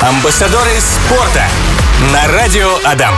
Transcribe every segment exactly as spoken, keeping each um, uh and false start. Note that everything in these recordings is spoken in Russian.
Амбассадоры спорта на радио Адам.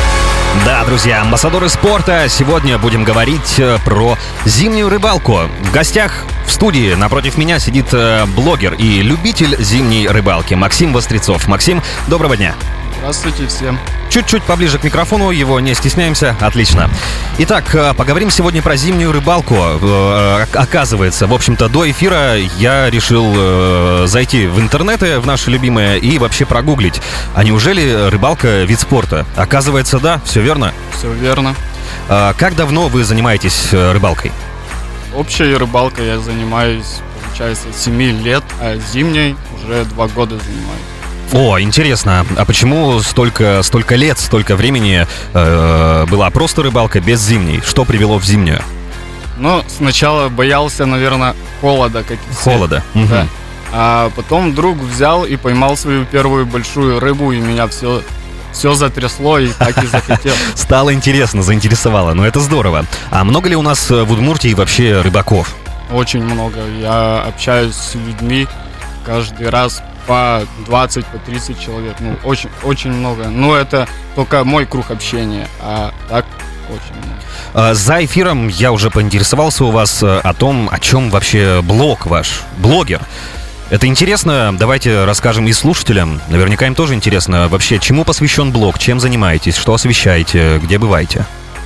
Да, друзья, амбассадоры спорта. Сегодня будем говорить про зимнюю рыбалку. В гостях в студии напротив меня сидит блогер и любитель зимней рыбалки Максим Вострецов. Максим, доброго дня. Здравствуйте всем. Чуть-чуть поближе к микрофону, его не стесняемся. Отлично. Итак, поговорим сегодня про зимнюю рыбалку. Оказывается, в общем-то, до эфира я решил зайти в интернеты, в наши любимые, и вообще прогуглить. А неужели рыбалка вид спорта? Оказывается, да, все верно? Все верно. Как давно вы занимаетесь рыбалкой? Общей рыбалкой я занимаюсь, получается, семи лет, а зимней уже два года занимаюсь. О, интересно, а почему столько, столько лет, столько времени э, была просто рыбалка без зимней? Что привело в зимнюю? Ну, сначала боялся, наверное, холода. Как и все. Холода? Да. Угу. А потом друг взял и поймал свою первую большую рыбу, и меня все, все затрясло, и так и захотел. Стало интересно, заинтересовало, ну это здорово. А много ли у нас в Удмуртии вообще рыбаков? Очень много. Я общаюсь с людьми каждый раз по двадцать, по тридцать человек. Ну, очень, очень много. Но это только мой круг общения, а так очень много. За эфиром я уже поинтересовался у вас о том, о чем вообще блог ваш, блогер. Это интересно, давайте расскажем и слушателям. Наверняка им тоже интересно вообще, чему посвящен блог, чем занимаетесь, что освещаете, где бываете.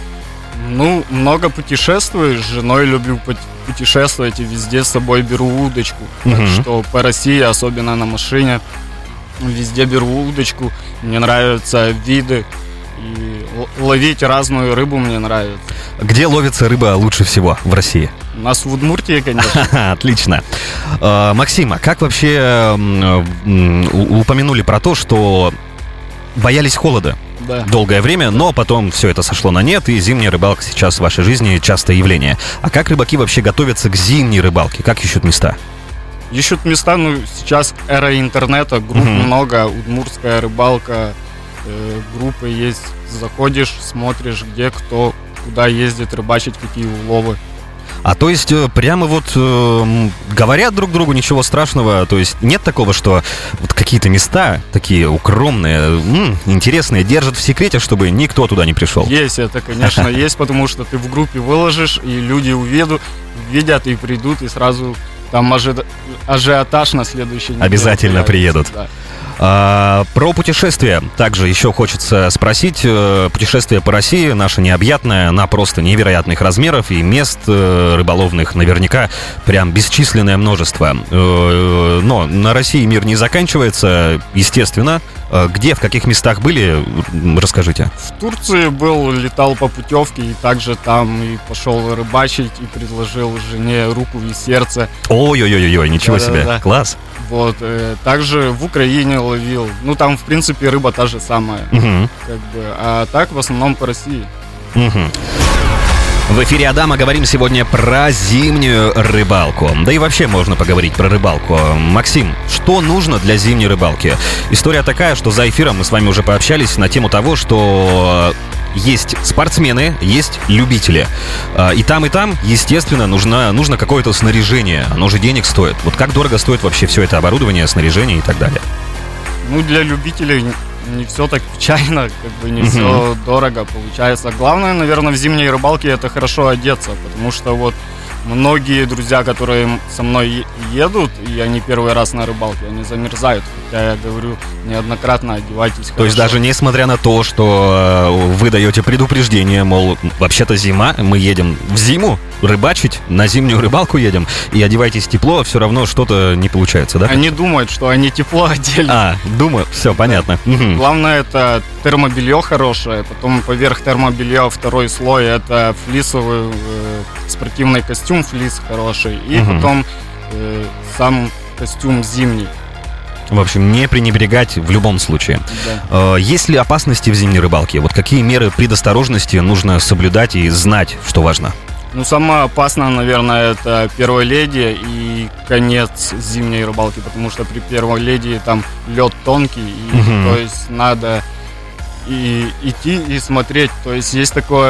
Ну, много путешествую, с женой люблю путешествовать и везде с собой беру удочку. Так Мгм. что по России, особенно на машине, везде беру удочку. Мне нравятся виды, и л- ловить разную рыбу мне нравится. Где ловится рыба лучше всего в России? У нас в Удмуртии, конечно. Ха-ха, отлично. Э, Максим, а как вообще м, м, у- упомянули про то, что боялись холода Да. долгое время, но потом все это сошло на нет, и зимняя рыбалка сейчас в вашей жизни частое явление. А как рыбаки вообще готовятся к зимней рыбалке? Как ищут места? Ищут места, ну, сейчас эра интернета, групп Мгм. много, удмуртская рыбалка, э, группы есть. Заходишь, смотришь, где кто, куда ездит рыбачить, какие уловы. А то есть э, прямо вот э, м, говорят друг другу, ничего страшного, то есть нет такого, что вот какие-то места такие укромные, м, интересные, держат в секрете, чтобы никто туда не пришел? Есть это, конечно, есть, потому что ты в группе выложишь, и люди увидят, видят и придут, и сразу там ажи- ажиотаж на следующий неделе. Обязательно появится, приедут. да. А, про путешествия также еще хочется спросить. Э, Путешествие по России наше необъятное, она просто невероятных размеров, и мест э, рыболовных наверняка прям бесчисленное множество. Э, Но на России мир не заканчивается, естественно. Э, Где, в каких местах были, м, расскажите. В Турции был, летал по путевке, и также там и пошел рыбачить, и предложил жене руку и сердце. Ой-ой-ой-ой, ничего себе, Да-да-да. класс. Вот, э, также в Украине ловил. Ну, там, в принципе, рыба та же самая. Мгм. Как бы. А так, в основном, по России. Мгм. В эфире Адама говорим сегодня про зимнюю рыбалку. Да и вообще можно поговорить про рыбалку. Максим, что нужно для зимней рыбалки? История такая, что за эфиром мы с вами уже пообщались на тему того, что есть спортсмены, есть любители. А, И там, и там, естественно, нужно, нужно какое-то снаряжение. Оно же денег стоит. Вот как дорого стоит вообще все это оборудование, снаряжение и так далее? Ну, для любителей не, не все так печально, как бы не Мгм. все дорого получается. Главное, наверное, в зимней рыбалке это хорошо одеться, потому что вот многие друзья, которые со мной е- едут, и они первый раз на рыбалке, они замерзают. Хотя я говорю неоднократно, одевайтесь То есть хорошо. даже несмотря на то, что э, вы даете предупреждение, мол, вообще-то зима, мы едем в зиму рыбачить, на зимнюю рыбалку едем, и одевайтесь тепло, все равно что-то не получается, да? Они думают, что они тепло одели. А, думаю, все, понятно. Мгм. Главное, это термобелье хорошее, потом поверх термобелья второй слой это флисовый э, спортивный костюм, флис хороший, и Мгм. потом э, сам костюм зимний. В общем, не пренебрегать в любом случае. Да. Э, Есть ли опасности в зимней рыбалке? Вот какие меры предосторожности нужно соблюдать и знать, что важно? Ну, самое опасное, наверное, это первая леди и конец зимней рыбалки, потому что при первой леди там лед тонкий, и Мгм. то есть надо и идти и смотреть. То есть есть такое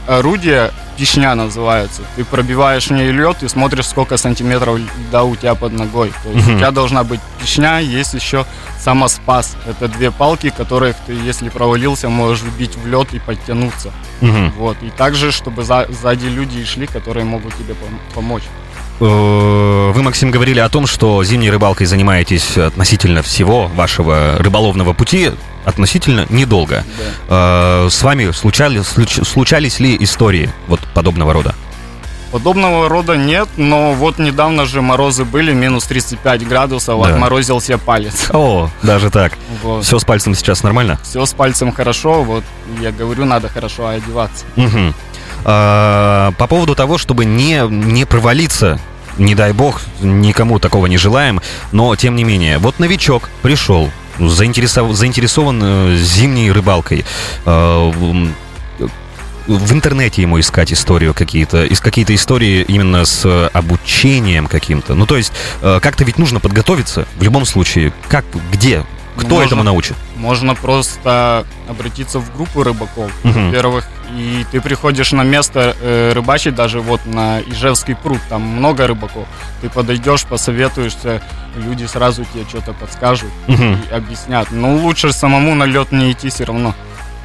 орудие, пищня называется. Ты пробиваешь в ней лед и смотришь, сколько сантиметров льда у тебя под ногой. То есть Мгм. у тебя должна быть пищня, есть еще самоспас. Это две палки, которых ты, если провалился, можешь вбить в лед и подтянуться. Мгм. Вот. И также, чтобы за- сзади люди шли, которые могут тебе пом- помочь. Э, Вы, Максим, говорили о том, что зимней рыбалкой занимаетесь относительно всего вашего рыболовного пути относительно недолго. Да. Э, С вами случались, случ- случались ли истории вот подобного рода? Подобного рода нет, но вот недавно же морозы были, минус тридцать пять градусов, Да. отморозил себе палец. О, даже так. Вот. Все с пальцем сейчас нормально? Все с пальцем хорошо, вот я говорю, надо хорошо одеваться. Мгм. А, По поводу того, чтобы не, не провалиться, не дай бог, никому такого не желаем, но тем не менее, вот новичок пришел, заинтересов- заинтересован э, зимней рыбалкой, э, м, в интернете ему искать историю какие-то, из какие-то истории именно с э, обучением каким-то. Ну, то есть, э, как-то ведь нужно подготовиться в любом случае. Как, где, кто Можно- этому научит? Можно просто обратиться в группу рыбаков, Мгм. во-первых, и ты приходишь на место э, рыбачить, даже вот на Ижевский пруд, там много рыбаков. Ты подойдешь, посоветуешься, люди сразу тебе что-то подскажут Мгм. и объяснят. Но лучше самому на лед не идти все равно.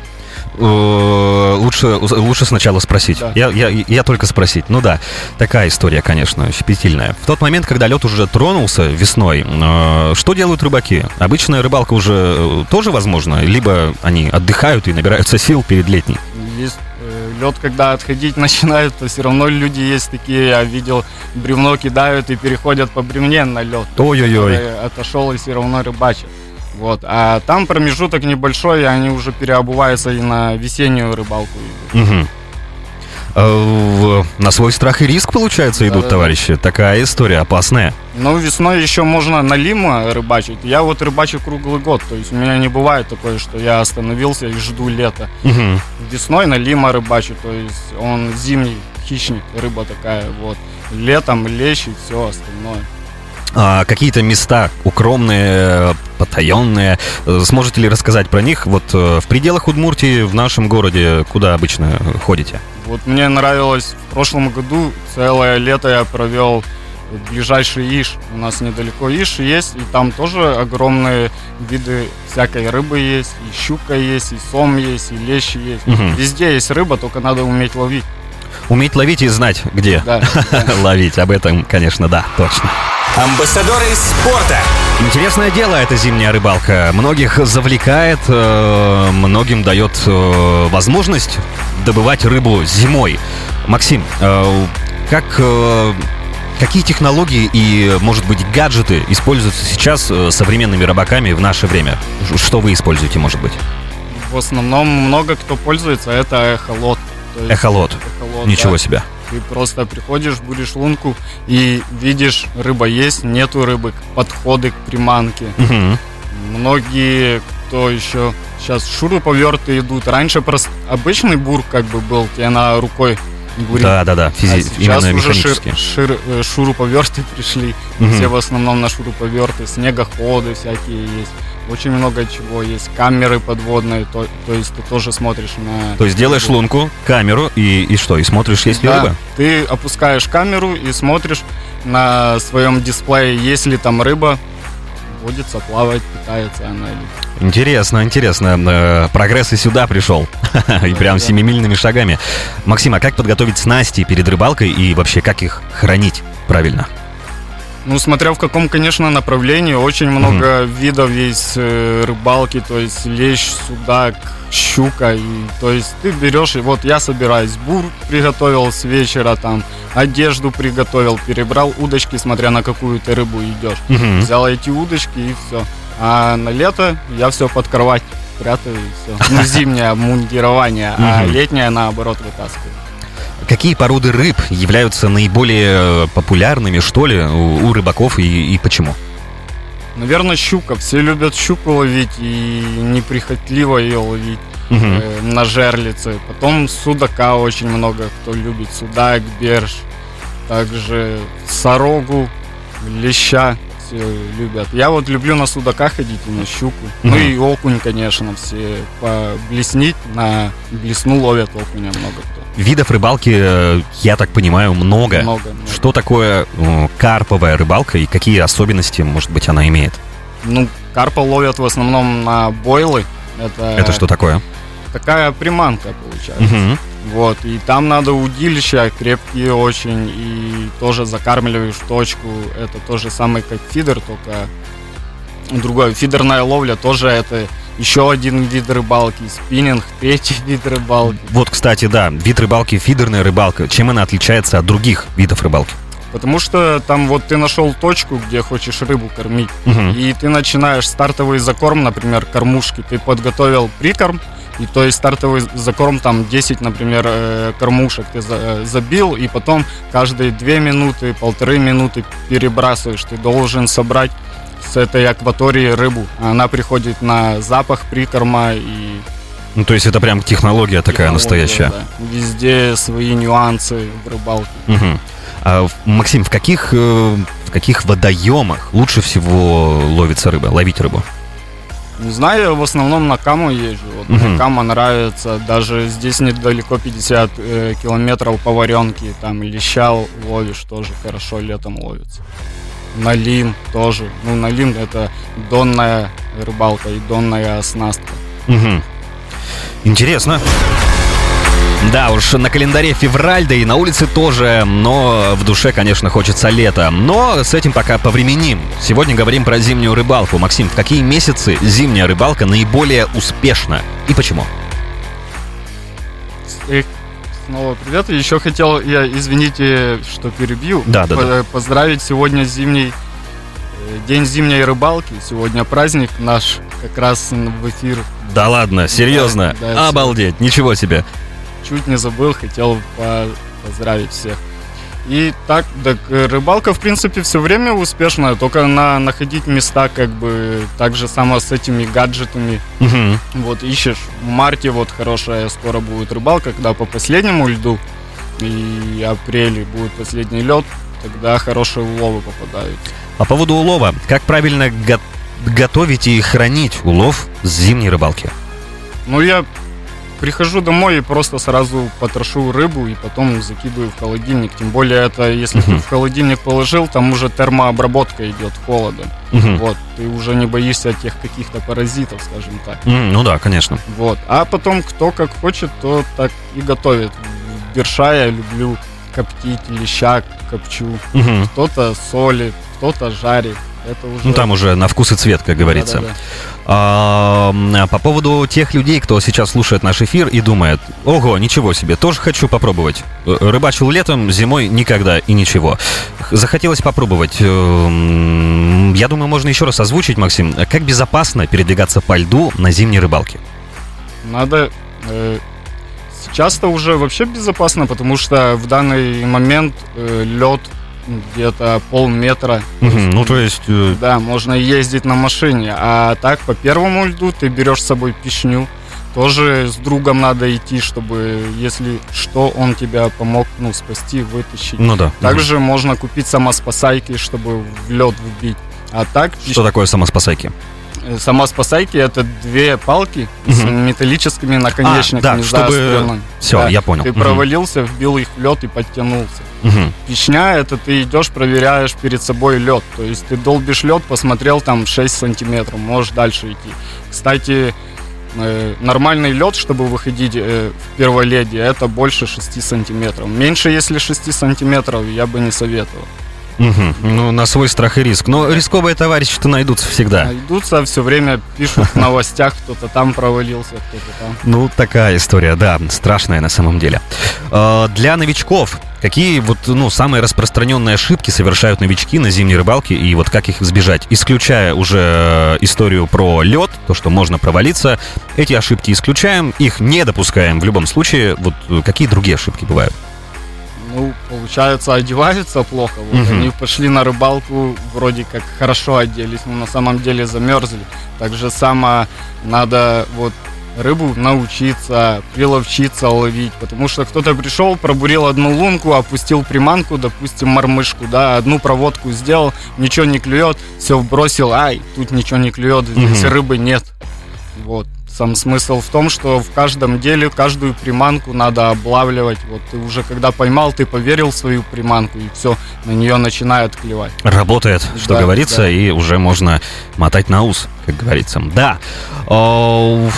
Э, Лучше, лучше сначала спросить. Да. Я, я, я только спросить. Ну да, такая история, конечно, щепетильная. В тот момент, когда лед уже тронулся весной, э, что делают рыбаки? Обычная рыбалка уже э, тоже возможна? Либо они отдыхают и набираются сил перед летней? Есть лед, когда отходить начинают, то все равно люди есть такие, я видел, бревно кидают и переходят по бревне на лед. Ой-ой-ой. Отошел и все равно рыбачат. Вот. А там промежуток небольшой, и они уже переобуваются и на весеннюю рыбалку идут. Мгм. Э, в- На свой страх и риск, получается, идут Да-да-да. товарищи. Такая история опасная. Но весной еще можно на лима рыбачить. Я вот рыбачу круглый год, то есть у меня не бывает такое, что я остановился и жду лета. Мгм. Весной на лима рыбачу, то есть он зимний хищник, рыба такая, вот. Летом лещ и все остальное. А какие-то места укромные, потаенные, э, сможете ли рассказать про них? Вот э, в пределах Удмуртии, в нашем городе, куда обычно ходите? Вот мне нравилось в прошлом году, целое лето я провел в ближайший Иш. У нас недалеко Иш есть, и там тоже огромные виды всякой рыбы есть. И щука есть, и сом есть, и лещ есть. Мгм. Везде есть рыба, только надо уметь ловить. Уметь ловить и знать, где Да, да. ловить. Об этом, конечно, да, точно. Амбассадоры спорта. Интересное дело эта зимняя рыбалка. Многих завлекает, э, многим дает э, возможность добывать рыбу зимой. Максим, э, как, э, какие технологии и, может быть, гаджеты используются сейчас э, современными рыбаками в наше время? Ш- Что вы используете, может быть? В основном много кто пользуется, это эхолот. То есть Эхолот. эхолот, Ничего да. себе. Ты просто приходишь, будешь лунку и видишь, рыба есть, нету рыбы, подходы к приманке. Мгм. Многие, кто еще сейчас шуруповерты идут. Раньше просто обычный бур как бы был, тебе на рукой бурить. Да, да, да, физи- А сейчас именно уже шир, механически. шир- э, шуруповерты пришли. Мгм. Все в основном на шуруповерты, снегоходы всякие есть. Очень много чего есть. Камеры подводные, то, то есть ты тоже смотришь на... То есть делаешь рыбу. лунку, камеру и, и что? И смотришь, есть ли Да, рыба? ты опускаешь камеру и смотришь на своем дисплее, есть ли там рыба. Водится, плавает, питается она. или- Интересно, интересно. Э, Прогресс и сюда пришел. И прям да. семимильными шагами. Максим, а как подготовить снасти перед рыбалкой и вообще как их хранить правильно? Ну, смотря в каком, конечно, направлении, очень много видов есть э, рыбалки, то есть лещ, судак, щука, и, то есть ты берешь, и вот я собираюсь, бур приготовил с вечера, там, одежду приготовил, перебрал удочки, смотря на какую ты рыбу идешь, Мгм. взял эти удочки и все. А на лето я все под кровать прятаю и все. Ну, зимнее обмундирование, а Мгм. летнее, наоборот, вытаскиваю. Какие породы рыб являются наиболее э, популярными, что ли, у, у рыбаков и, и почему? Наверное, щука. Все любят щуку ловить и неприхотливо ее ловить. Мгм. э, на жерлице. Потом судака очень много кто любит. Судак, берж. Также сорогу, леща. все любят. Я вот люблю на судака ходить и на щуку. Mm-hmm. Ну и окунь, конечно, все поблеснить. На блесну ловят окуня много кто. Видов рыбалки, я так понимаю, много. Много, много. Что такое э, карповая рыбалка и какие особенности, может быть, она имеет? Ну, карпа ловят в основном на бойлы. Это, Это что такое? Такая приманка, получается. Угу. Вот, и там надо удилища крепкие очень, и тоже закармливаешь точку. Это то же самое, как фидер, только другое. Фидерная ловля тоже это еще один вид рыбалки. Спиннинг, третий вид рыбалки. Вот, кстати, да, вид рыбалки, фидерная рыбалка. Чем она отличается от других видов рыбалки? Потому что там вот ты нашел точку, где хочешь рыбу кормить, угу. и ты начинаешь стартовый закорм, например, кормушки. Ты подготовил прикорм, и то есть стартовый закорм, там десять, например, э, кормушек ты за, э, забил, и потом каждые две минуты, полторы минуты перебрасываешь. Ты должен собрать с этой акватории рыбу. Она приходит на запах прикорма и... Ну, то есть это прям технология такая технология, настоящая. Да. Везде свои нюансы в рыбалке. Угу. А, Максим, в каких, в каких водоемах лучше всего ловится рыба, ловить рыбу? Не знаю, я в основном на Каму езжу. Вот uh-huh. Мне Кама нравится. Даже здесь недалеко пятьдесят э, километров по варенке. Там леща ловишь, тоже хорошо летом ловится. Налим тоже. Ну, налим это донная рыбалка и донная оснастка. Uh-huh. Интересно. Да уж, на календаре февраль, да и на улице тоже, но в душе, конечно, хочется лета. Но с этим пока повременим. Сегодня говорим про зимнюю рыбалку. Максим, в какие месяцы зимняя рыбалка наиболее успешна и почему? Снова привет. Еще хотел я, извините, что перебью, да, да, да. поздравить сегодня зимний день зимней рыбалки. Сегодня праздник наш, как раз в эфир. Да ладно, серьезно? Да, да, обалдеть, все. Ничего себе. Чуть не забыл, хотел поздравить всех. И так, так, рыбалка, в принципе, все время успешная, только на находить места, как бы, так же само с этими гаджетами. Угу. Вот, ищешь, в марте вот хорошая скоро будет рыбалка, когда по последнему льду, и апреле будет последний лед, тогда хорошие уловы попадают. По поводу улова, как правильно го- готовить и хранить улов с зимней рыбалки? Ну, я... Прихожу домой и просто сразу потрошу рыбу и потом закидываю в холодильник. Тем более это, если uh-huh. ты в холодильник положил, там уже термообработка идет холодом. Uh-huh. Вот, ты уже не боишься тех каких-то паразитов, скажем так. Mm, ну да, конечно. Вот, а потом кто как хочет, то так и готовит. Берша я люблю коптить, леща копчу. Uh-huh. Кто-то солит, кто-то жарит. Это уже... Ну там уже на вкус и цвет, как говорится. Да, да, да. А, по поводу тех людей, кто сейчас слушает наш эфир и думает: ого, ничего себе, тоже хочу попробовать. Рыбачил летом, зимой никогда и ничего. Захотелось попробовать. Я думаю, можно еще раз озвучить, Максим, как безопасно передвигаться по льду на зимней рыбалке? Надо... Э, сейчас-то уже вообще безопасно, потому что в данный момент э, лед где-то полметра. Угу, ну, то есть... Э... Да, можно ездить на машине. А так, по первому льду ты берешь с собой пишню. Тоже с другом надо идти, чтобы, если что, он тебя помог, ну, спасти, вытащить. Ну да. Также угу. можно купить самоспасайки, чтобы в лед вбить. А так... Что такое самоспасайки? Самоспасайки — это две палки угу. с металлическими наконечниками. А, да, чтобы... Все, да, я понял. Ты угу. провалился, вбил их в лед и подтянулся. Угу. Печня — это ты идешь, проверяешь перед собой лед. То есть ты долбишь лед, посмотрел там шесть сантиметров, можешь дальше идти. Кстати, э, нормальный лед, чтобы выходить э, в перволедье, это больше шести сантиметров. Меньше, если шести сантиметров, я бы не советовал. Угу. Ну, на свой страх и риск. Но рисковые товарищи-то найдутся всегда. Найдутся, все время пишут в новостях, кто-то там провалился, кто-то там. Ну, такая история, да, страшная на самом деле. Для новичков, какие вот, ну, самые распространенные ошибки совершают новички на зимней рыбалке, и вот как их избежать? Исключая уже историю про лед, то, что можно провалиться, эти ошибки исключаем, их не допускаем в любом случае. Вот какие другие ошибки бывают? Ну, получается, одеваются плохо. Вот угу. Они пошли на рыбалку, вроде как хорошо оделись, но на самом деле замерзли. Так же само надо вот рыбу научиться, приловчиться ловить. Потому что кто-то пришел, пробурил одну лунку, опустил приманку, допустим, мормышку, да, одну проводку сделал, ничего не клюет, все бросил, ай, тут ничего не клюет, здесь Мгм. рыбы нет. Вот. Сам смысл в том, что в каждом деле каждую приманку надо облавливать. Вот ты уже когда поймал, ты поверил в свою приманку, и все, на нее начинает клевать. Работает, что Да, говорится, да. и уже можно мотать на ус, как говорится. Да. О,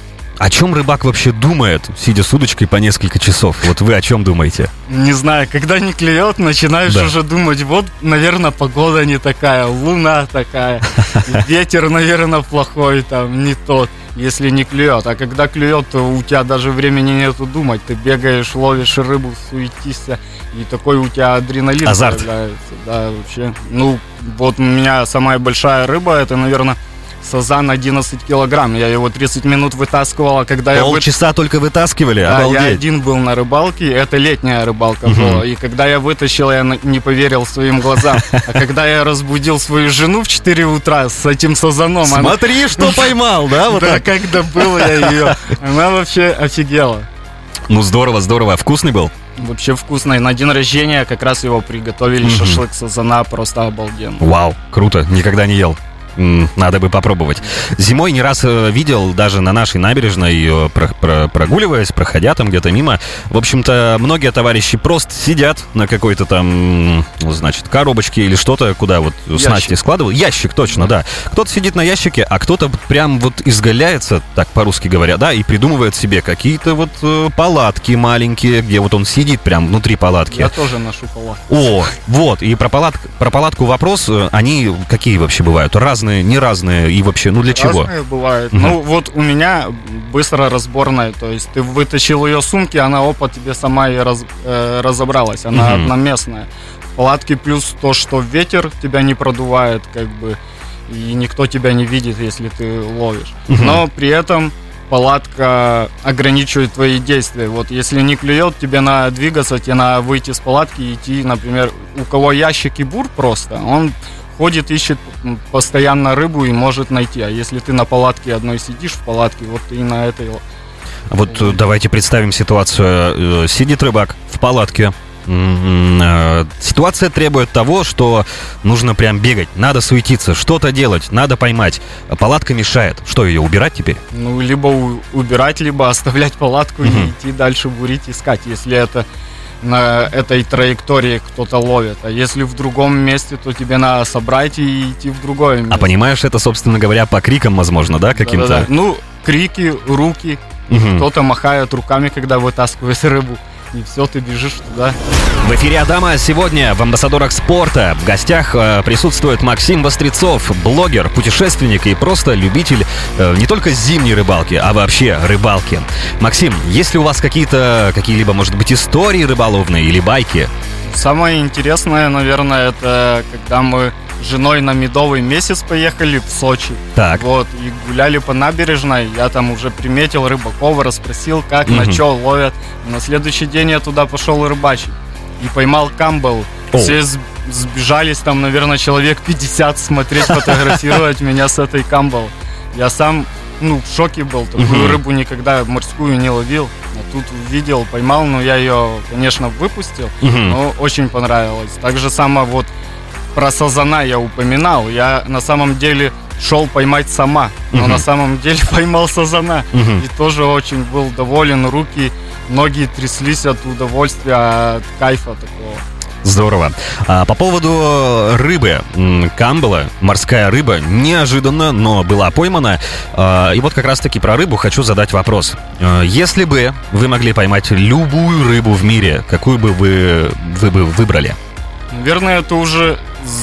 О чем рыбак вообще думает, сидя с удочкой по несколько часов? Вот вы о чем думаете? Не знаю, когда не клюет, начинаешь Да. уже думать, вот, наверное, погода не такая, луна такая, ветер, наверное, плохой, там, не тот, если не клюет. А когда клюет, то у тебя даже времени нету думать. Ты бегаешь, ловишь рыбу, суетишься, и такой у тебя адреналин Азарт. появляется. Да, вообще. Ну, вот у меня самая большая рыба, это, наверное, сазан одиннадцать килограмм. Я его тридцать минут вытаскивал, а когда я... вы- Полчаса только вытаскивали? Да, я Обалдеть. один был на рыбалке, это летняя рыбалка Мгм. была. И когда я вытащил, я на- не поверил своим глазам. А когда я разбудил свою жену в четыре утра с этим сазаном, она... Смотри, что поймал, да? Вот Да, так. как добыл я ее. Она вообще офигела. Ну, здорово, здорово. Вкусный был? Вообще вкусный. На день рождения как раз его приготовили, Мгм. шашлык сазана, просто обалденно. Вау, круто, никогда не ел. М, Надо бы попробовать. Зимой не раз э, видел, даже на нашей набережной, э, про- про- прогуливаясь, проходя там где-то мимо. В общем-то, многие товарищи просто сидят на какой-то там, м, значит, коробочке или что-то, куда вот снасти Ящик. складывают. Ящик, точно, да. Кто-то сидит на ящике, а кто-то прям вот изгаляется, так по-русски говоря, да, и придумывает себе какие-то вот э, палатки маленькие, где вот он сидит прям внутри палатки. Я тоже ношу палатку. О, вот, и про, палат, про палатку вопрос, э, они какие вообще бывают? Разные, не разные, и вообще, ну для чего? Разные бывают. Мгм. Ну, вот у меня быстро разборная. То есть ты вытащил ее сумки, она опа тебе сама и раз- э, разобралась. Она Мгм. одноместная. В палатке плюс то, что ветер тебя не продувает, как бы, и никто тебя не видит, если ты ловишь. Мгм. Но при этом палатка ограничивает твои действия. Вот если не клюет, тебе надо двигаться, тебе надо выйти с палатки и идти, например, у кого ящик и бур просто, он ходит, ищет м, постоянно рыбу и может найти. А если ты на палатке одной сидишь в палатке, вот ты и на этой... л- Вот э, давайте представим ситуацию. Э, Сидит рыбак в палатке. М, э, Ситуация требует того, что нужно прям бегать, надо суетиться, что-то делать, надо поймать. Палатка мешает. Что, ее убирать теперь? Ну, либо у- убирать, либо оставлять палатку Мгм. и идти дальше бурить, искать, если это на этой траектории кто-то ловит. А если в другом месте, то тебе надо собрать и идти в другое место. А понимаешь, это, собственно говоря, по крикам, возможно, да, каким-то? Да-да-да. Ну, крики, руки, Мгм. кто-то махает руками, когда вытаскивает рыбу. И все, ты бежишь туда. В эфире Адама сегодня в «Амбассадорах спорта» в гостях э, присутствует Максим Вострецов, блогер, путешественник и просто любитель э, не только зимней рыбалки, а вообще рыбалки. Максим, есть ли у вас какие-то, какие-либо, может быть, истории рыболовные или байки? Самое интересное, наверное, это когда мы с женой на медовый месяц поехали в Сочи. Так. Вот, и гуляли по набережной. Я там уже приметил рыбаков, расспросил, как, Мгм. на что ловят. И на следующий день я туда пошел рыбачить. И поймал камбал. О. Все сб- сбежались, там, наверное, человек пятьдесят смотреть, фотографировать меня с этой камбал. Я сам, ну, в шоке был. Такую Мгм. рыбу никогда морскую не ловил. А тут увидел, поймал, но я ее, конечно, выпустил. Мгм. Но очень понравилось. Так же само вот про сазана я упоминал. Я на самом деле шел поймать сама, но Мгм. на самом деле поймал сазана. Мгм. И тоже очень был доволен. Руки, ноги тряслись от удовольствия, от кайфа такого. Здорово. А, по поводу рыбы, м, камбала, морская рыба, неожиданно, но была поймана. А, и вот как раз-таки про рыбу хочу задать вопрос. А, если бы вы могли поймать любую рыбу в мире, какую бы вы, вы бы выбрали? Наверное, это уже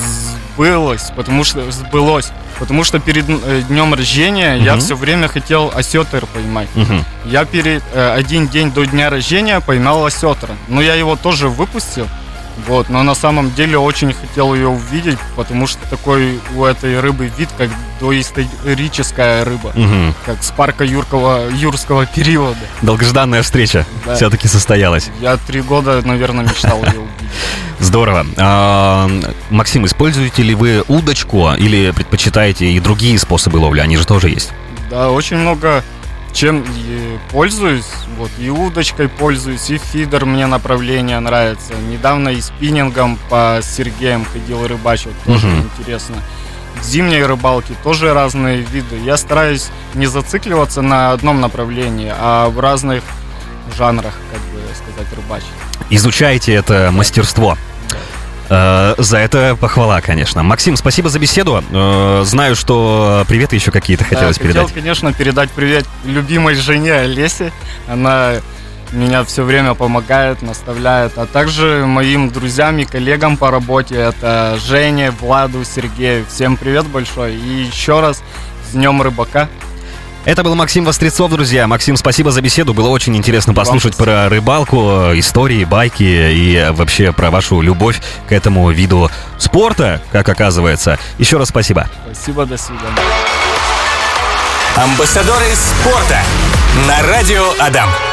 сбылось, потому что сбылось. Потому что перед э, днем рождения я Мгм. все время хотел осетр поймать. Мгм. Я перед э, один день до дня рождения поймал осетра. Но я его тоже выпустил. Вот, но на самом деле очень хотел ее увидеть, потому что такой у этой рыбы вид, как доисторическая рыба, Мгм. как с парка юркого, юрского периода. Долгожданная встреча Да. все-таки состоялась. Я три года, наверное, мечтал ее увидеть. Здорово. А, Максим, используете ли вы удочку или предпочитаете и другие способы ловли? Они же тоже есть. Да, очень много чем и пользуюсь, вот, и удочкой пользуюсь, и фидер мне направление нравится. Недавно и спиннингом по Сергеям ходил рыбачил, тоже Мгм. интересно. В зимней рыбалке тоже разные виды. Я стараюсь не зацикливаться на одном направлении, а в разных жанрах, как бы сказать, рыбачить. Изучайте это мастерство. Э, За это похвала, конечно. Максим, спасибо за беседу. Э, Знаю, что приветы еще какие-то хотелось Да, передать. Хотел, конечно, передать привет любимой жене Олесе. Она меня все время помогает, наставляет. А также моим друзьям и коллегам по работе. Это Жене, Владу, Сергею. Всем привет большой. И еще раз с Днем Рыбака. Это был Максим Вострецов, друзья. Максим, спасибо за беседу. Было очень интересно послушать про рыбалку, истории, байки и вообще про вашу любовь к этому виду спорта, как оказывается. Еще раз спасибо. Спасибо, до свидания. Амбассадоры спорта на радио Адам.